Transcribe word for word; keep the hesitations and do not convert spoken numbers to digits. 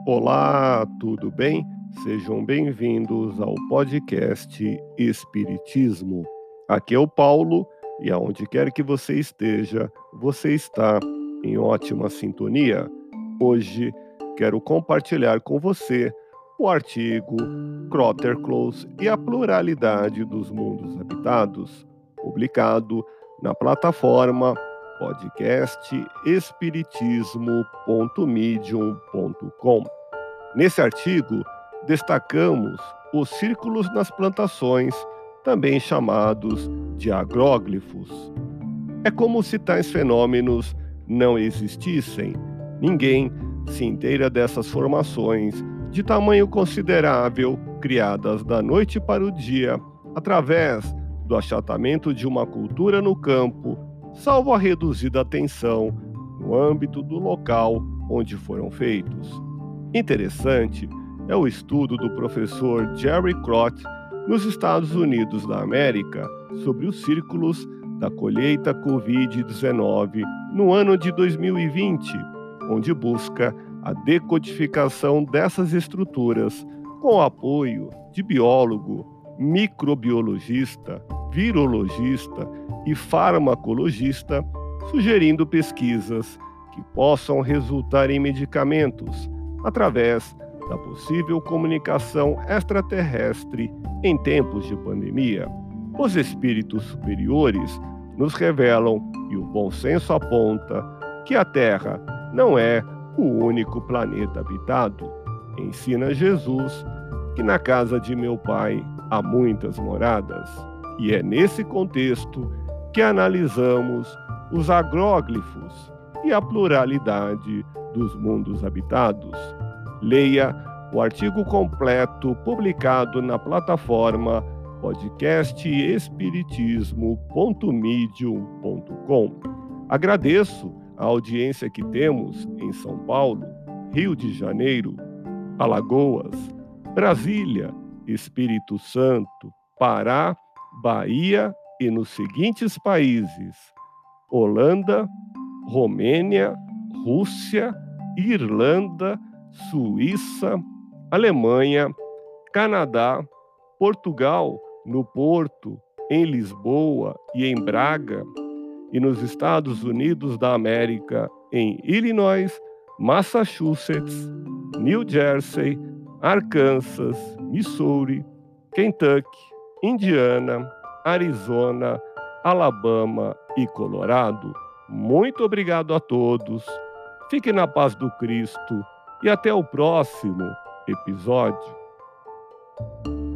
Olá, tudo bem? Sejam bem-vindos ao podcast Espiritismo. Aqui é o Paulo e aonde quer que você esteja, você está em ótima sintonia. Hoje quero compartilhar com você o artigo Crotter Close e a pluralidade dos mundos habitados, publicado na plataforma podcast espiritismo ponto medium ponto com. Nesse artigo, destacamos os círculos nas plantações, também chamados de agróglifos. É como se tais fenômenos não existissem. Ninguém se inteira dessas formações de tamanho considerável, criadas da noite para o dia, através do achatamento de uma cultura no campo, salvo a reduzida atenção no âmbito do local onde foram feitos. Interessante é o estudo do professor Jerry Crott nos Estados Unidos da América sobre os círculos da colheita covid dezenove no ano de dois mil e vinte, onde busca a decodificação dessas estruturas com o apoio de biólogo, microbiologista, virologista e farmacologista, sugerindo pesquisas que possam resultar em medicamentos através da possível comunicação extraterrestre em tempos de pandemia. Os espíritos superiores nos revelam e o bom senso aponta que a Terra não é o único planeta habitado. Ensina Jesus que na casa de meu Pai há muitas moradas. E é nesse contexto que analisamos os agróglifos e a pluralidade dos mundos habitados. Leia o artigo completo publicado na plataforma podcast espiritismo ponto medium ponto com. Agradeço a audiência que temos em São Paulo, Rio de Janeiro, Alagoas, Brasília, Espírito Santo, Pará, Bahia e nos seguintes países: Holanda, Romênia, Rússia, Irlanda, Suíça, Alemanha, Canadá, Portugal, no Porto, em Lisboa e em Braga, e nos Estados Unidos da América, em Illinois, Massachusetts, New Jersey, Arkansas, Missouri, Kentucky, Indiana, Arizona, Alabama e Colorado. Muito obrigado a todos. Fique na paz do Cristo e até o próximo episódio.